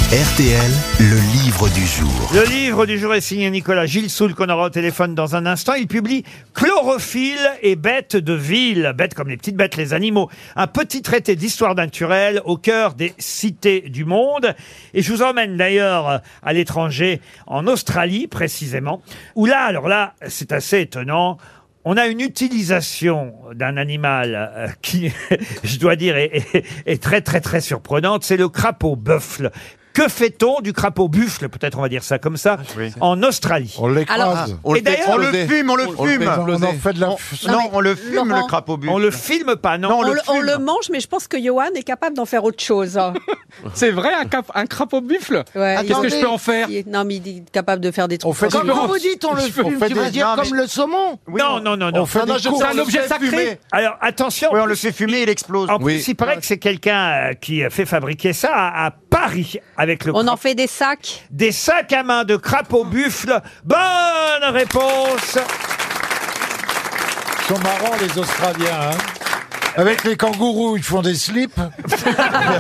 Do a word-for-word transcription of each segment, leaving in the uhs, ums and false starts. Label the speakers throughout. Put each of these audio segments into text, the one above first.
Speaker 1: R T L, le livre du jour.
Speaker 2: Le livre du jour est signé Nicolas Gilsoul, qu'on aura au téléphone dans un instant. Il publie Chlorophylle et bêtes de ville. Bêtes comme les petites bêtes, les animaux. Un petit traité d'histoire naturelle au cœur des cités du monde. Et je vous emmène d'ailleurs à l'étranger, en Australie précisément, où là, alors là, c'est assez étonnant. On a une utilisation d'un animal euh, qui, je dois dire, est, est, est très très très surprenante. C'est le crapaud buffle. Que fait-on du crapaud buffle, peut-être on va dire ça comme ça, oui. en Australie?
Speaker 3: On l'écrase.
Speaker 4: On,
Speaker 2: Et d'ailleurs,
Speaker 4: on le fume, on le
Speaker 3: on
Speaker 4: fume.
Speaker 3: Le on en fait de la...
Speaker 4: On, non, on le fume,
Speaker 5: Laurent,
Speaker 4: le crapaud buffle.
Speaker 2: On le filme pas, non,
Speaker 4: non
Speaker 5: on,
Speaker 4: on, le
Speaker 5: le, on
Speaker 4: fume.
Speaker 5: le mange, mais je pense que Johan est capable d'en faire autre chose.
Speaker 6: C'est vrai, un, cap, un crapaud buffle.
Speaker 5: Ouais,
Speaker 6: ah, Qu'est-ce que je peux en faire?
Speaker 5: il est, Non, mais il est capable de faire des trucs.
Speaker 3: On fait
Speaker 4: Comme
Speaker 3: des...
Speaker 4: vous dites, on le fume,
Speaker 3: on fait
Speaker 4: tu veux
Speaker 3: des...
Speaker 4: dire
Speaker 3: non,
Speaker 4: comme
Speaker 3: mais...
Speaker 4: le saumon.
Speaker 2: Oui, non, non, non, non.
Speaker 3: On fait des
Speaker 6: C'est un objet sacré.
Speaker 4: Fumer.
Speaker 2: Alors attention.
Speaker 4: Oui, on le fait fumer, il explose.
Speaker 2: En plus,
Speaker 3: Oui.
Speaker 2: il paraît que c'est quelqu'un euh, qui a fait fabriquer ça à, à Paris avec le.
Speaker 5: On
Speaker 2: cra-
Speaker 5: en fait des sacs.
Speaker 2: Des sacs à main de crapaud buffle. Bonne réponse.
Speaker 3: Ils sont marrants, les Australiens, hein. Avec les kangourous, ils font des slips. Et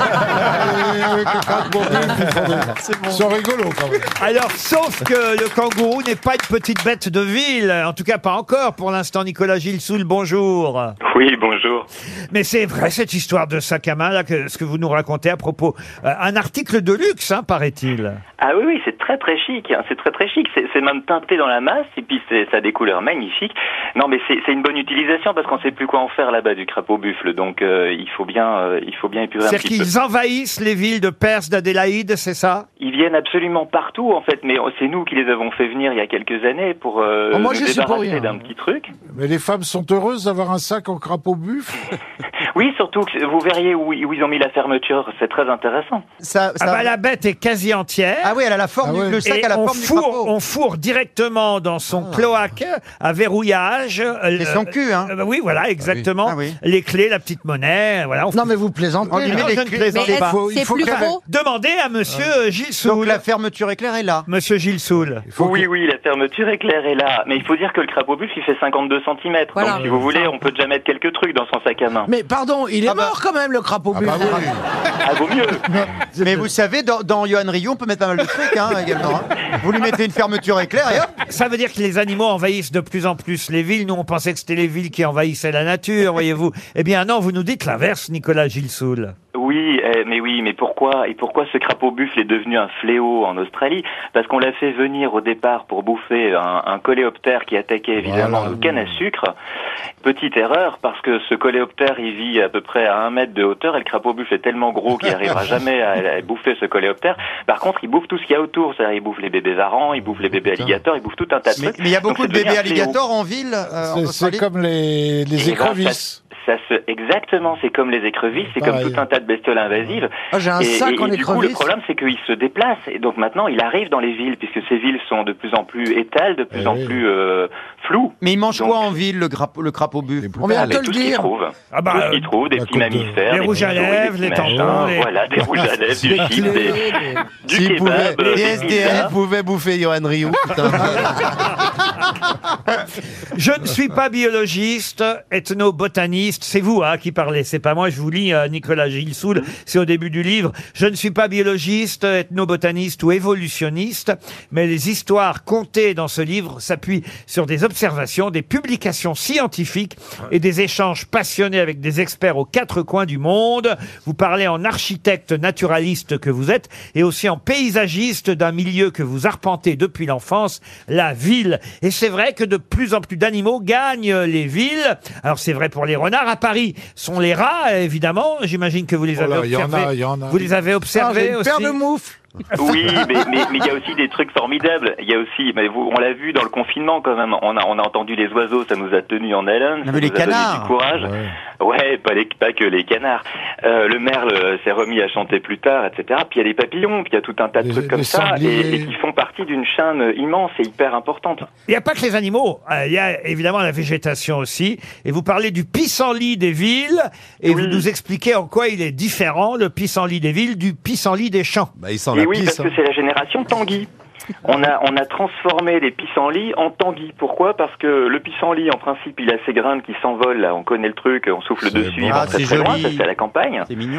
Speaker 3: avec les crapauds buffles, ils font des... Ils sont rigolos, quand même.
Speaker 2: Alors, sauf que le kangourou n'est pas une petite bête de ville. En tout cas, pas encore. Pour l'instant, Nicolas Gilsoul, bonjour.
Speaker 7: Oui, bonjour.
Speaker 2: Mais c'est vrai, cette histoire de sac à main, là, que, ce que vous nous racontez à propos. Euh, un article de luxe, hein, paraît-il.
Speaker 7: Ah oui, oui, c'est très très chic, hein, c'est très très chic, c'est, c'est même teinté dans la masse, et puis c'est, ça a des couleurs magnifiques. Non, mais c'est, c'est une bonne utilisation, parce qu'on sait plus quoi en faire là-bas du crapaud buffle, donc euh, il faut bien euh, il faut bien épurer un
Speaker 2: C'est-à-dire
Speaker 7: petit peu.
Speaker 2: qu'ils envahissent les villes de Perse, d'Adélaïde, c'est ça?
Speaker 7: Ils viennent absolument partout, en fait, mais c'est nous qui les avons fait venir il y a quelques années pour euh,
Speaker 4: Oh, moi,
Speaker 7: nous
Speaker 4: je suis pour
Speaker 7: débarrasser
Speaker 4: rien.
Speaker 7: d'un petit truc.
Speaker 3: Mais les femmes sont heureuses d'avoir un sac en crapaud buffle.
Speaker 7: Oui, surtout que vous verriez où, où ils ont mis la fermeture, c'est très intéressant.
Speaker 4: Ça, ça...
Speaker 2: Ah bah la bête est quasi entière.
Speaker 4: Ah oui, elle a la forme,
Speaker 3: Ah
Speaker 4: du,
Speaker 3: ouais.
Speaker 4: le sac
Speaker 2: Et
Speaker 4: a la
Speaker 2: on,
Speaker 4: forme du
Speaker 2: fourre,
Speaker 4: crapaud.
Speaker 2: on fourre directement dans son cloaque à verrouillage.
Speaker 4: C'est son cul, hein.
Speaker 2: Euh, oui, voilà, exactement.
Speaker 4: Ah oui.
Speaker 2: Les clés, la petite monnaie, voilà. On
Speaker 4: Non, mais vous plaisantez.
Speaker 2: On lui met
Speaker 4: Non,
Speaker 2: les
Speaker 4: je ne
Speaker 2: clés.
Speaker 4: plaisante
Speaker 5: Mais est-ce
Speaker 4: pas.
Speaker 5: que c'est plus
Speaker 3: qu'elle-
Speaker 5: gros?
Speaker 2: Demandez à Monsieur
Speaker 4: Donc
Speaker 2: Gilsoul.
Speaker 4: la fermeture éclair est là.
Speaker 2: Monsieur Gilsoul.
Speaker 3: Il faut
Speaker 7: Oui,
Speaker 3: que-
Speaker 7: oui, la fermeture éclair est là, mais il faut dire que le crapaud buffle, il fait cinquante-deux centimètres,
Speaker 5: Voilà.
Speaker 7: donc si vous voulez, on peut déjà mettre quelques trucs dans son sac à main.
Speaker 8: Mais pardon, il est
Speaker 4: Ah bah-
Speaker 8: mort quand même le crapaud
Speaker 3: Ah
Speaker 8: buffle.
Speaker 3: bah oui.
Speaker 7: Ah, vaut mieux.
Speaker 4: Mais vous savez, dans, dans Johan Rioux, on peut mettre pas mal de trucs, hein, également. Hein. Vous lui mettez une fermeture éclair et hop.
Speaker 2: Ça veut dire que les animaux envahissent de plus en plus les villes. Nous, on pensait que c'était les villes qui envahissaient la nature, voyez-vous. Eh bien non, vous nous dites l'inverse, Nicolas Gilsoul.
Speaker 7: Oui, eh, mais oui, mais pourquoi et pourquoi ce crapaud buffle est devenu un fléau en Australie? Parce qu'on l'a fait venir au départ pour bouffer un, un coléoptère qui attaquait évidemment
Speaker 3: Voilà.
Speaker 7: nos cannes à sucre. Petite erreur, parce que ce coléoptère, il vit à peu près à un mètre de hauteur et le crapaud buffle est tellement gros qu'il n'arrivera jamais à, à bouffer ce coléoptère. Par contre, il bouffe tout ce qu'il y a autour, c'est-à-dire il bouffe les bébés varans, il bouffe les bébés alligators, il bouffe tout un tas de
Speaker 4: Mais
Speaker 7: trucs.
Speaker 4: mais il y a
Speaker 7: Donc,
Speaker 4: beaucoup
Speaker 7: c'est
Speaker 4: de
Speaker 7: devenu
Speaker 4: bébés
Speaker 7: un fléau.
Speaker 4: alligators en ville, euh, en
Speaker 3: C'est-
Speaker 4: Australie.
Speaker 3: C'est comme les, les
Speaker 7: Eh ben,
Speaker 3: écrevisses.
Speaker 7: Ça se, exactement, c'est comme les écrevisses, c'est
Speaker 3: Pareil.
Speaker 7: comme tout un tas de bestioles invasives.
Speaker 8: Ah, j'ai un
Speaker 7: et,
Speaker 8: sac
Speaker 7: et-
Speaker 8: en
Speaker 7: et du coup, le
Speaker 8: écrevisse.
Speaker 7: problème, c'est qu'il se déplace. Et donc maintenant, il arrive dans les villes, puisque ces villes sont de plus en plus étales, de plus
Speaker 3: Eh
Speaker 7: en
Speaker 3: oui.
Speaker 7: plus euh, floues.
Speaker 4: Mais il mange
Speaker 7: Donc,
Speaker 4: quoi en ville, le, grappe- le crapaud buffle?
Speaker 8: On vient
Speaker 7: Ah,
Speaker 8: de
Speaker 7: mais
Speaker 8: te le
Speaker 7: tout ce qu'il
Speaker 8: dire.
Speaker 7: trouve.
Speaker 2: Ah bah,
Speaker 7: tout ce qu'il trouve, des
Speaker 3: la
Speaker 7: petits
Speaker 3: coupe de-
Speaker 7: mammifères,
Speaker 2: les
Speaker 7: des
Speaker 2: rouges à
Speaker 7: petits souris,
Speaker 2: lèvres,
Speaker 7: des
Speaker 2: les
Speaker 7: petits
Speaker 2: tampons,
Speaker 7: machins,
Speaker 2: les-
Speaker 7: voilà, des rouges à lèvres, du
Speaker 3: Les
Speaker 7: chips,
Speaker 3: clés,
Speaker 7: des-
Speaker 3: les-
Speaker 7: du
Speaker 4: S'ils pouvaient,
Speaker 7: kebab, euh,
Speaker 4: les
Speaker 7: des
Speaker 4: S D F
Speaker 7: pizzas.
Speaker 4: pouvaient bouffer Johan Rioux. putain.
Speaker 2: Je ne suis pas biologiste, ethnobotaniste. C'est vous hein, qui parlez, c'est pas moi. Je vous lis euh, Nicolas Gilsoul, c'est au début du livre. Je ne suis pas biologiste, ethnobotaniste ou évolutionniste, mais les histoires contées dans ce livre s'appuient sur des observations, des publications scientifiques et des échanges passionnés avec des experts aux quatre coins du monde. Vous parlez en architecte naturaliste que vous êtes et aussi en paysagiste d'un milieu que vous arpentez depuis l'enfance, la ville. Et c'est vrai que de plus en plus d'animaux gagnent les villes. Alors c'est vrai pour les renards. À Paris sont les rats, évidemment. J'imagine que vous les
Speaker 3: Oh
Speaker 2: avez
Speaker 3: là, il y en
Speaker 2: observés.
Speaker 3: a, il y en a.
Speaker 2: Vous les avez
Speaker 8: Ah, j'ai
Speaker 2: observés
Speaker 8: une
Speaker 2: aussi.
Speaker 8: paire de moufles.
Speaker 7: Oui, mais mais mais il y a aussi des trucs formidables. Il y a aussi, mais vous, on l'a vu dans le confinement quand même. On a on a entendu les oiseaux, ça nous a tenus en haleine. Ça
Speaker 4: mais les
Speaker 7: nous a donné
Speaker 4: canards.
Speaker 7: du courage.
Speaker 3: Ouais.
Speaker 7: Ouais, pas les pas que les canards. Euh, le merle euh, s'est remis à chanter plus tard, et cetera. Puis il y a les papillons, puis il y a tout un tas de
Speaker 3: Les-
Speaker 7: trucs comme
Speaker 3: les
Speaker 7: ça,
Speaker 3: sangliers.
Speaker 7: et, et qui font partie d'une chaîne immense et hyper importante.
Speaker 2: Il n'y a pas que les animaux. Euh, Il y a évidemment la végétation aussi. Et vous parlez du pissenlit des villes. Et
Speaker 7: Oui.
Speaker 2: vous nous expliquez en quoi il est différent, le pissenlit des villes, du pissenlit des champs.
Speaker 1: Bah, il sent
Speaker 7: Et
Speaker 1: la
Speaker 7: oui,
Speaker 1: pisse.
Speaker 7: parce que c'est la génération Tanguy. On a, on a transformé les pissenlits en tanguis. Pourquoi? Parce que le pissenlit, en principe, il a ses graines qui s'envolent. Là, on connaît le truc, on souffle
Speaker 3: C'est
Speaker 7: dessus,
Speaker 3: bon.
Speaker 7: il va
Speaker 4: Ah,
Speaker 7: très
Speaker 4: c'est
Speaker 7: très loin,
Speaker 4: joli.
Speaker 7: ça c'est à la campagne.
Speaker 4: C'est mignon.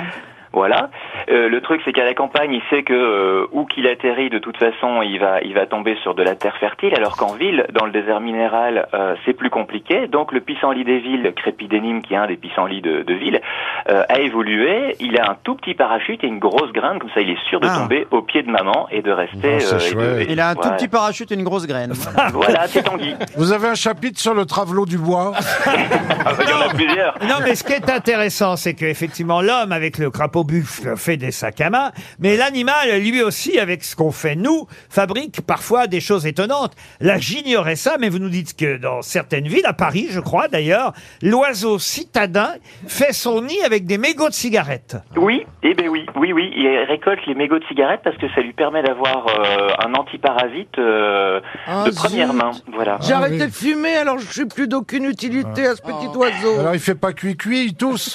Speaker 7: Voilà. Euh, le truc, c'est qu'à la campagne, il sait que euh, où qu'il atterrit, de toute façon, il va, il va tomber sur de la terre fertile, alors qu'en ville, dans le désert minéral, euh, c'est plus compliqué. Donc, le pissenlit des villes, crépidénime, qui est un des pissenlits de, de ville, euh, a évolué. Il a un tout petit parachute et une grosse graine, comme ça, il est sûr de
Speaker 4: Ah.
Speaker 7: tomber au pied de maman et de rester.
Speaker 3: Oh, c'est
Speaker 7: euh, et de-
Speaker 3: chouette.
Speaker 7: et-
Speaker 4: Il a un tout
Speaker 7: voilà.
Speaker 4: petit parachute et une grosse graine.
Speaker 7: Voilà, c'est Tanguy.
Speaker 3: Vous avez un chapitre sur le travelot du bois.
Speaker 7: Ah, il y en a plusieurs.
Speaker 2: Non, mais ce qui est intéressant, c'est qu'effectivement, l'homme, avec le crapaud buffle, fait des sacs à main, mais l'animal, lui aussi, avec ce qu'on fait nous, fabrique parfois des choses étonnantes. Là, j'ignorais ça, mais vous nous dites que dans certaines villes, à Paris, je crois d'ailleurs, l'oiseau citadin fait son nid avec des mégots de cigarettes.
Speaker 7: Oui, eh ben oui, oui, oui. Il récolte les mégots de cigarettes parce que ça lui permet d'avoir euh, un antiparasite euh,
Speaker 8: Ah,
Speaker 7: de première
Speaker 8: zut.
Speaker 7: main. Voilà.
Speaker 8: J'ai
Speaker 3: Ah,
Speaker 8: arrêté
Speaker 3: oui.
Speaker 8: de fumer, alors je suis plus d'aucune utilité à ce petit oiseau.
Speaker 3: Alors il fait pas cuit-cuit, il tousse.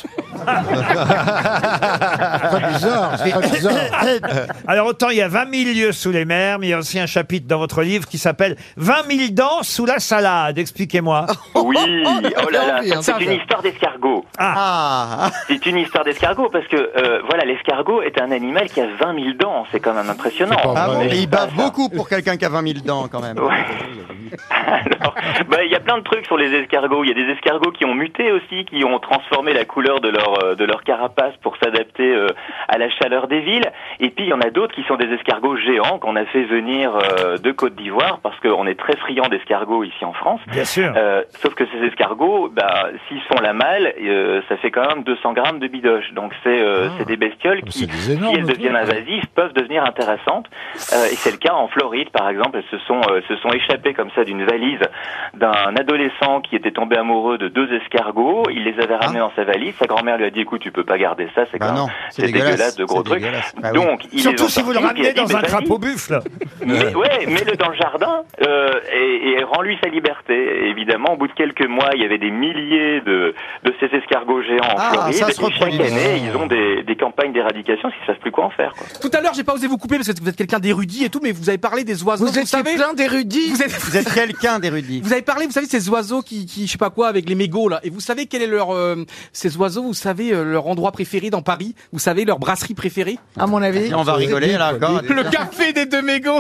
Speaker 3: Très bizarre, c'est très bizarre.
Speaker 2: Alors autant il y a vingt mille lieues sous les mers, mais il y a aussi un chapitre dans votre livre qui s'appelle vingt mille dents sous la salade. Expliquez-moi.
Speaker 7: Oui, oh là là,
Speaker 8: envie, hein,
Speaker 7: c'est
Speaker 8: ça.
Speaker 7: une histoire d'escargot.
Speaker 4: Ah.
Speaker 7: C'est une histoire d'escargot parce que euh, voilà, l'escargot est un animal qui a vingt mille dents. C'est quand même impressionnant.
Speaker 3: C'est pas
Speaker 4: Ah
Speaker 3: vrai.
Speaker 4: bon,
Speaker 7: Mais
Speaker 4: et il
Speaker 7: pas
Speaker 4: bave
Speaker 7: ça.
Speaker 4: beaucoup pour quelqu'un qui a vingt mille dents quand même.
Speaker 7: Ouais. Alors, bah, il y a plein de trucs sur les escargots. Il y a des escargots qui ont muté aussi, qui ont transformé la couleur de leur euh, de leur carapace pour s'adapter euh, à la chaleur des villes. Et puis il y en a d'autres qui sont des escargots géants qu'on a fait venir euh, de Côte d'Ivoire parce qu'on est très friand d'escargots ici en France.
Speaker 2: Bien sûr.
Speaker 7: Euh, sauf que ces escargots, bah, s'ils se font la malle, euh, ça fait quand même deux cents grammes de bidoche. Donc c'est euh, c'est des bestioles
Speaker 3: Mais
Speaker 7: qui,
Speaker 3: c'est des
Speaker 7: si
Speaker 3: énormes
Speaker 7: elles deviennent
Speaker 3: trucs.
Speaker 7: invasives, peuvent devenir intéressantes. Euh, et c'est le cas en Floride, par exemple. Elles se sont euh, se sont échappées comme ça d'une valise d'un adolescent qui était tombé amoureux de deux escargots. Il les avait ramenés dans sa valise. Sa grand-mère lui a dit, écoute, tu peux pas garder ça, c'est
Speaker 4: Bah
Speaker 7: quand
Speaker 4: non,
Speaker 7: même
Speaker 4: c'est
Speaker 7: c'est
Speaker 4: dégueulasse,
Speaker 7: dégueulasse, de gros
Speaker 4: c'est
Speaker 7: trucs.
Speaker 4: dégueulasse. Bah oui.
Speaker 7: Donc ils les
Speaker 2: Surtout
Speaker 7: ont
Speaker 2: si vous le
Speaker 7: sortis, puis
Speaker 2: ramenez
Speaker 7: elle a dit,
Speaker 2: dans un
Speaker 7: mais
Speaker 2: crapaud
Speaker 7: vas-y.
Speaker 2: buffle.
Speaker 7: Mais, ouais, mets-le dans le jardin euh, et, et rends-lui sa liberté. Et évidemment, au bout de quelques mois, il y avait des milliers de, de ces escargots géants en
Speaker 4: Ah,
Speaker 7: Floride.
Speaker 4: ça se
Speaker 7: Et chaque
Speaker 4: reproduit.
Speaker 7: année, ils ont des, des campagnes d'éradication parce qu'ils savent plus quoi en faire. Quoi.
Speaker 6: Tout à l'heure, j'ai pas osé vous couper parce que vous êtes quelqu'un d'érudit et tout, mais vous avez parlé des oiseaux.
Speaker 8: Vous étiez
Speaker 6: savez,
Speaker 8: plein d'érudits.
Speaker 6: vous êtes,
Speaker 4: Vous êtes quelqu'un d'érudit.
Speaker 6: vous avez parlé, vous savez, ces oiseaux qui, qui, je sais pas quoi, avec les mégots là. Et vous savez quel est leur, euh, ces oiseaux, vous savez euh, leur endroit préféré dans Paris. Vous savez leur brasserie préférée.
Speaker 8: À mon avis.
Speaker 4: On va rigoler là encore.
Speaker 6: Le café des deux mégots.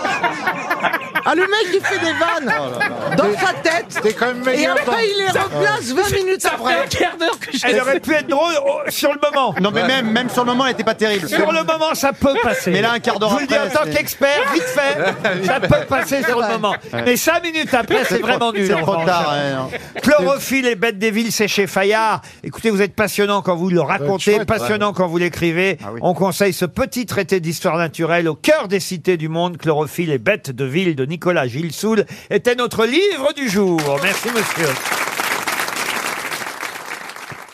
Speaker 8: Ah, le mec, il fait des vannes dans sa tête.
Speaker 3: T'es quand même
Speaker 8: Et
Speaker 3: meilleur
Speaker 8: après, il les replace vingt minutes
Speaker 6: Ça fait
Speaker 8: après.
Speaker 6: un quart d'heure que je.
Speaker 2: Elle aurait pu être drôle oh, sur le moment.
Speaker 4: Non mais même, même sur le moment, elle était pas terrible.
Speaker 2: Sur le moment, ça peut passer.
Speaker 4: Mais là, un quart d'heure
Speaker 2: Je vous le dis en
Speaker 4: après,
Speaker 2: tant
Speaker 4: c'est-
Speaker 2: qu'expert, vite fait, ça peut passer sur le moment. Mais cinq minutes après, c'est vraiment nul.
Speaker 4: C'est
Speaker 2: en
Speaker 4: trop
Speaker 2: revanche.
Speaker 4: tard. ouais, non.
Speaker 2: Chlorophylle et bêtes des villes, c'est chez Fayard. Écoutez, vous êtes passionnant quand vous le racontez,
Speaker 3: chouette,
Speaker 2: passionnant quand vous l'écrivez.
Speaker 4: Ah oui.
Speaker 2: On conseille ce petit traité d'histoire naturelle au cœur des cités du monde. Chlorophylle et bêtes de ville de Nicolas Gilsoul était notre livre du jour. Merci monsieur.